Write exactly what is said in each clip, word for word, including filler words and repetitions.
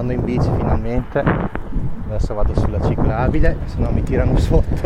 andando in bici finalmente, adesso vado sulla ciclabile, se no mi tirano sotto.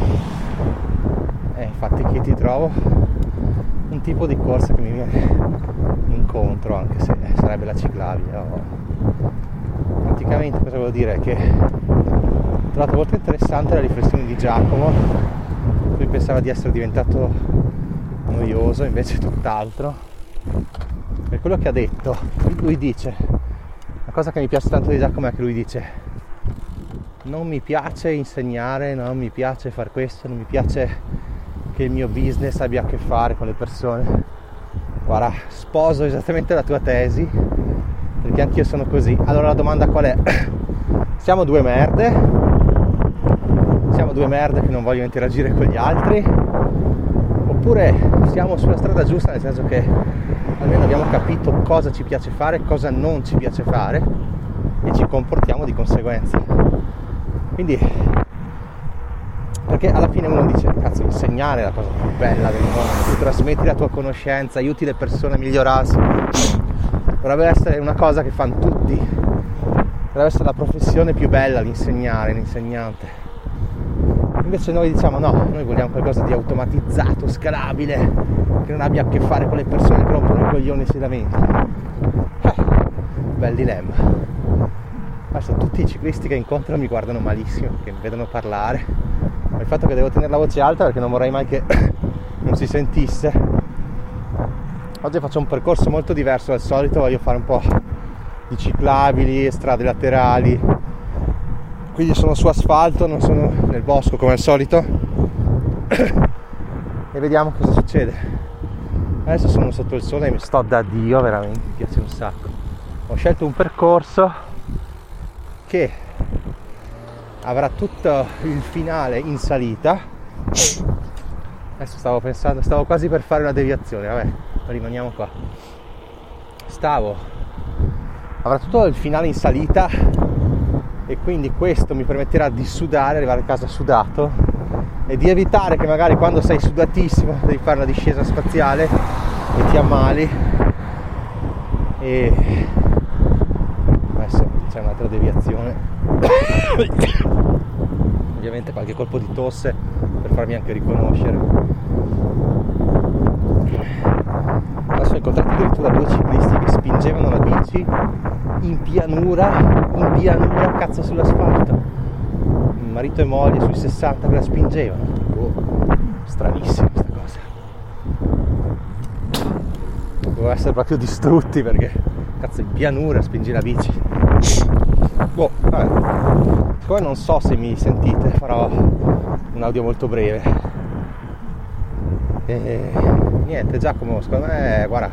E infatti qui ti trovo un tipo di corsa che mi viene incontro, anche se sarebbe la ciclabile. Oh. Praticamente cosa vuol dire? Che ho trovato molto interessante la riflessione di Giacomo. Lui pensava di essere diventato noioso, invece tutt'altro. Per quello che ha detto, lui dice, la cosa che mi piace tanto di Giacomo è che lui dice: non mi piace insegnare, non mi piace far questo, non mi piace che il mio business abbia a che fare con le persone. Guarda, sposo esattamente la tua tesi, perché anch'io sono così. Allora la domanda qual è? Siamo due merde? Siamo due merde che non vogliono interagire con gli altri? Oppure siamo sulla strada giusta, nel senso che almeno abbiamo capito cosa ci piace fare, cosa non ci piace fare e ci comportiamo di conseguenza. Quindi, perché alla fine uno dice: cazzo, insegnare è la cosa più bella del mondo, tu trasmetti la tua conoscenza, aiuti le persone a migliorarsi, dovrebbe essere una cosa che fanno tutti, deve essere la professione più bella, l'insegnare, l'insegnante. Invece noi diciamo no, noi vogliamo qualcosa di automatizzato, scalabile, che non abbia a che fare con le persone che rompono i coglioni e si lamentano. Eh, bel dilemma. Adesso tutti i ciclisti che incontro mi guardano malissimo, che mi vedono parlare, ma il fatto che devo tenere la voce alta perché non vorrei mai che non si sentisse. Oggi faccio un percorso molto diverso dal solito, voglio fare un po' di ciclabili, strade laterali, quindi sono su asfalto, non sono nel bosco come al solito e vediamo cosa succede. Adesso sono sotto il sole e mi sto da Dio, veramente, mi piace un sacco. Ho scelto un percorso che avrà tutto il finale in salita. Adesso stavo pensando, stavo quasi per fare una deviazione, vabbè, rimaniamo qua. Stavo avrà tutto il finale in salita e quindi questo mi permetterà di sudare, arrivare a casa sudato e di evitare che magari quando sei sudatissimo devi fare una discesa spaziale e ti ammali. E adesso c'è un'altra deviazione ovviamente qualche colpo di tosse per farmi anche riconoscere. Adesso ho incontrato addirittura due ciclisti che spingevano la bici in pianura, in pianura, cazzo, sull'asfalto. Marito e moglie sui sessanta che la spingevano. Oh, stranissima questa cosa. Devo essere proprio distrutti perché, cazzo, in pianura spingi la bici. Boh, vabbè. Siccome non so se mi sentite, farò un audio molto breve. E niente, Giacomo, secondo me, guarda,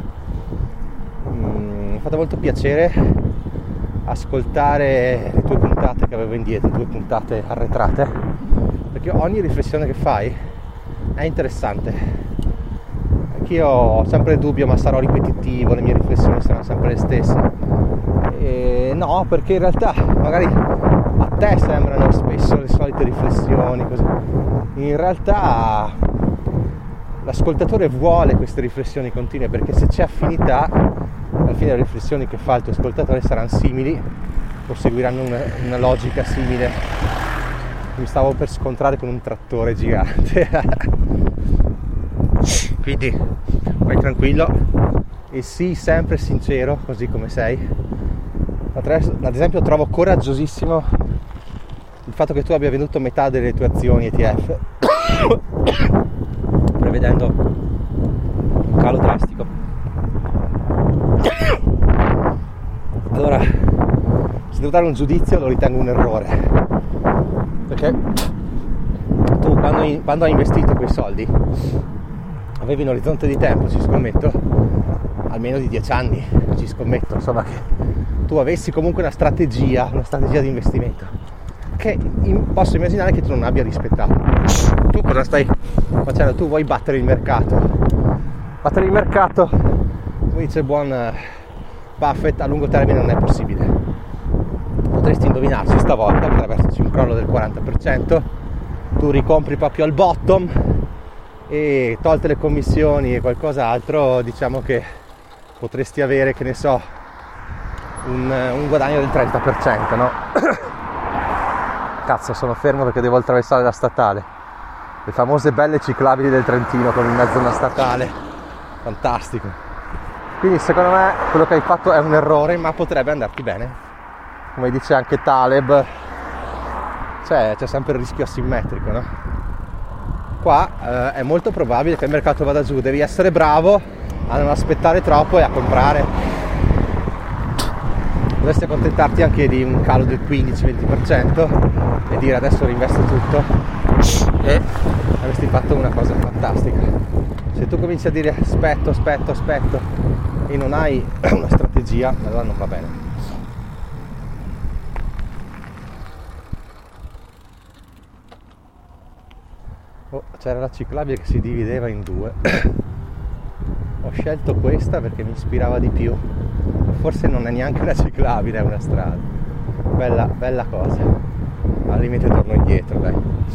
mi ha fatto molto piacere ascoltare le tue puntate che avevo indietro, due puntate arretrate, perché ogni riflessione che fai è interessante. Anch'io ho sempre il dubbio, ma sarò ripetitivo, le mie riflessioni saranno sempre le stesse. E no, perché in realtà magari a te sembrano spesso le solite riflessioni così. In realtà l'ascoltatore vuole queste riflessioni continue, perché se c'è affinità, alla fine le riflessioni che fa il tuo ascoltatore saranno simili o seguiranno una, una logica simile. Mi stavo per scontrare con un trattore gigante. Quindi vai tranquillo e sii sempre sincero, così come sei. Ad esempio trovo coraggiosissimo il fatto che tu abbia venduto metà delle tue azioni E T F prevedendo un calo drastico. Allora, se devo dare un giudizio, lo ritengo un errore, perché tu quando, quando hai investito quei soldi avevi un orizzonte di tempo, ci scommetto, almeno di dieci anni, ci scommetto, insomma, che tu avessi comunque una strategia, una strategia di investimento che in, posso immaginare che tu non abbia rispettato. Tu cosa stai facendo? Tu vuoi battere il mercato. Battere il mercato, come dice il buon Buffett, a lungo termine non è possibile. Potresti indovinarci stavolta, potrebbe esserci un crollo del quaranta per cento, tu ricompri proprio al bottom e tolte le commissioni e qualcos'altro, diciamo che potresti avere, che ne so, un, un guadagno del trenta per cento, no? Cazzo, sono fermo perché devo attraversare la statale, le famose belle ciclabili del Trentino con in mezzo una statale, fantastico. Quindi secondo me quello che hai fatto è un errore, ma potrebbe andarti bene, come dice anche Taleb, cioè c'è sempre il rischio asimmetrico, no? Qua eh, è molto probabile che il mercato vada giù, devi essere bravo a non aspettare troppo e a comprare. Dovresti accontentarti anche di un calo del quindici venti per cento e dire adesso rinvesto tutto, e avresti fatto una cosa fantastica. Se tu cominci a dire aspetto, aspetto, aspetto e non hai una strategia, allora non va bene. Oh, c'era la ciclabile che si divideva in due. Ho scelto questa perché mi ispirava di più. Forse non è neanche una ciclabile, è una strada. Bella, bella cosa. Al limite torno indietro, dai.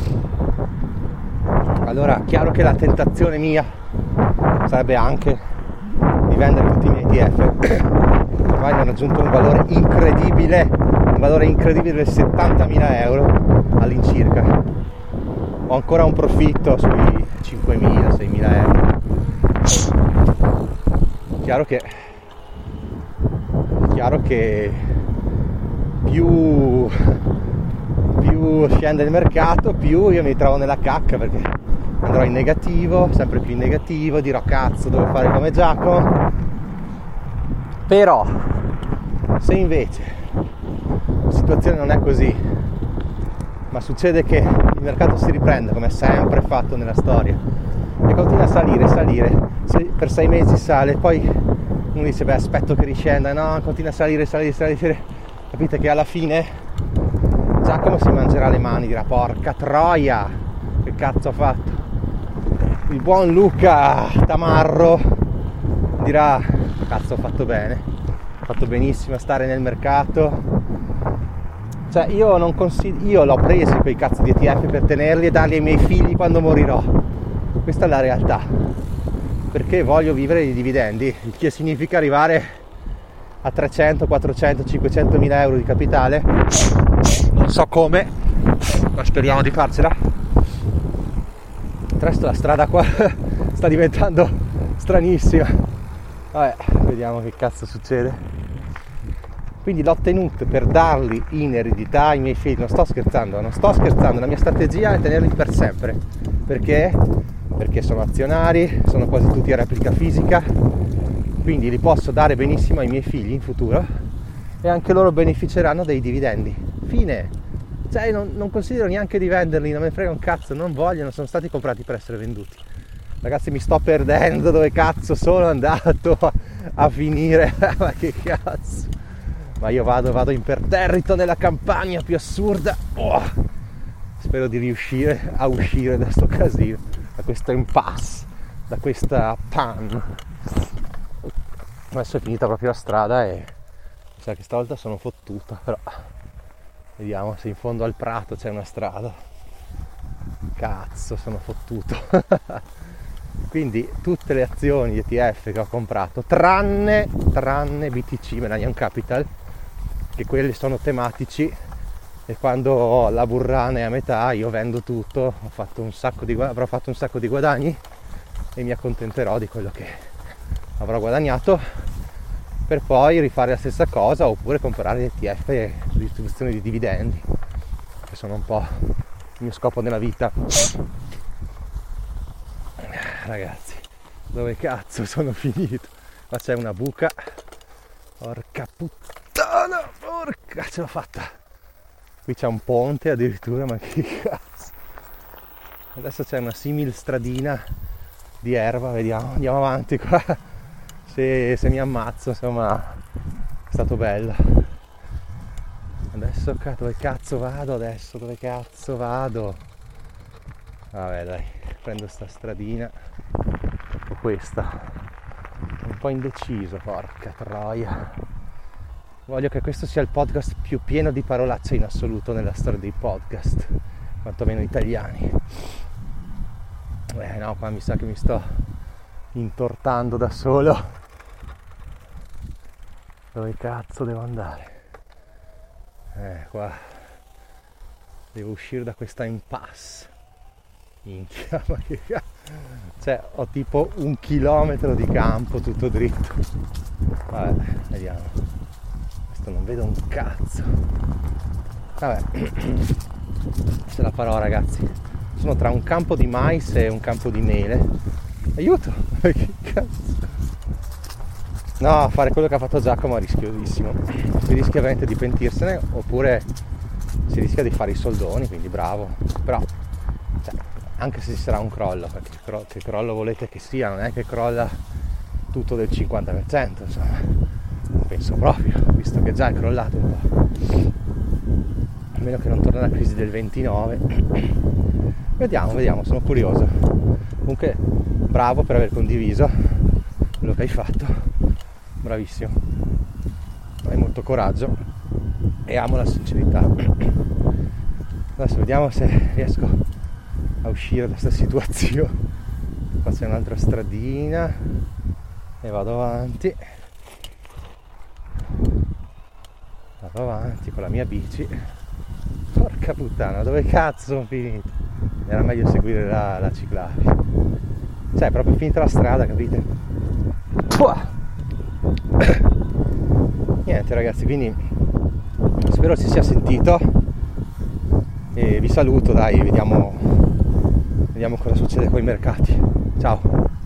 Allora, chiaro che la tentazione mia sarebbe anche di vendere tutti i miei E T F. Ormai hanno raggiunto un valore incredibile, un valore incredibile del settantamila euro all'incirca. Ho ancora un profitto sui cinquemila seimila euro. Chiaro che chiaro che più più scende il mercato, più io mi trovo nella cacca, perché andrò in negativo, sempre più in negativo, dirò cazzo, devo fare come Giacomo. Però se invece la situazione non è così, ma succede che il mercato si riprende come è sempre fatto nella storia e continua a salire, salire, per sei mesi sale, poi uno dice beh aspetto che riscenda, no, continua a salire, salire, salire, capite che alla fine Giacomo si mangerà le mani, dirà porca troia, che cazzo ho fatto. Il buon Luca Tamarro dirà cazzo ho fatto bene, ho fatto benissimo a stare nel mercato. Cioè io non consiglio, io l'ho presi quei cazzo di E T F per tenerli e darli ai miei figli quando morirò. Questa è la realtà, perché voglio vivere di dividendi, il che significa arrivare a trecento, quattrocento, cinquecento mila euro di capitale. Non so come, ma speriamo di farcela. Tra l'altro la strada qua sta diventando stranissima. Vabbè, vediamo che cazzo succede. Quindi l'ho tenuto per darli in eredità ai miei figli, non sto scherzando, non sto scherzando, la mia strategia è tenerli per sempre. Perché? Perché sono azionari, sono quasi tutti a replica fisica, quindi li posso dare benissimo ai miei figli in futuro e anche loro beneficeranno dei dividendi. Fine! Cioè non, non considero neanche di venderli, non me ne frega un cazzo, non vogliono, sono stati comprati per essere venduti. Ragazzi, mi sto perdendo, dove cazzo sono andato a, a finire? Ma che cazzo! Ma io vado, vado imperterrito nella campagna più assurda. Oh, spero di riuscire a uscire da sto casino, da questo impasse, da questa pan. Adesso è finita proprio la strada e mi sa che stavolta sono fottuta, però vediamo se in fondo al prato c'è una strada. Cazzo, sono fottuto. Quindi tutte le azioni di E T F che ho comprato, tranne, tranne B T C, Millennium Capital, che quelli sono tematici e quando ho la burrana è a metà io vendo tutto, ho fatto un sacco di, avrò fatto un sacco di guadagni e mi accontenterò di quello che avrò guadagnato per poi rifare la stessa cosa oppure comprare E T F su distribuzione di dividendi, che sono un po' il mio scopo nella vita. Ragazzi, dove cazzo sono finito? Qua c'è una buca, porca puttana, porca, ce l'ho fatta. Qui c'è un ponte addirittura, ma che cazzo. Adesso c'è una simil stradina di erba, vediamo, andiamo avanti qua. Se, se mi ammazzo, insomma, è stato bello. Adesso dove cazzo vado adesso? Dove cazzo vado? Vabbè dai, prendo sta stradina o questa. Un po' indeciso, porca troia. Voglio che questo sia il podcast più pieno di parolacce in assoluto nella storia dei podcast, quantomeno italiani. Eh no, qua mi sa che mi sto intortando da solo. Dove cazzo devo andare? Eh, qua devo uscire da questa impasse. Minchia, ma che cazzo. Cioè, ho tipo un chilometro di campo tutto dritto. Vabbè, vediamo. Questo non vedo un cazzo. Vabbè, ce la farò, ragazzi. Sono tra un campo di mais e un campo di mele. Aiuto! Che cazzo? No, fare quello che ha fatto Giacomo è rischiosissimo. Si rischia veramente di pentirsene, oppure si rischia di fare i soldoni, quindi bravo. Però, cioè, anche se ci sarà un crollo, perché cro- che crollo volete che sia, non è che crolla tutto del cinquanta per cento, insomma. Penso proprio, visto che già è crollato un po'. A meno che non torna la crisi del ventinove. Vediamo, vediamo, sono curioso. Comunque, bravo per aver condiviso quello che hai fatto. Bravissimo, hai molto coraggio e amo la sincerità. Adesso vediamo se riesco a uscire da questa situazione. Qua c'è un'altra stradina e vado avanti vado avanti con la mia bici. Porca puttana, dove cazzo sono finito? Era meglio seguire la, la ciclabile. Cioè, è proprio finita la strada, capite? Puah! Niente, ragazzi, quindi spero si sia sentito e vi saluto, dai, vediamo vediamo cosa succede con i mercati. Ciao!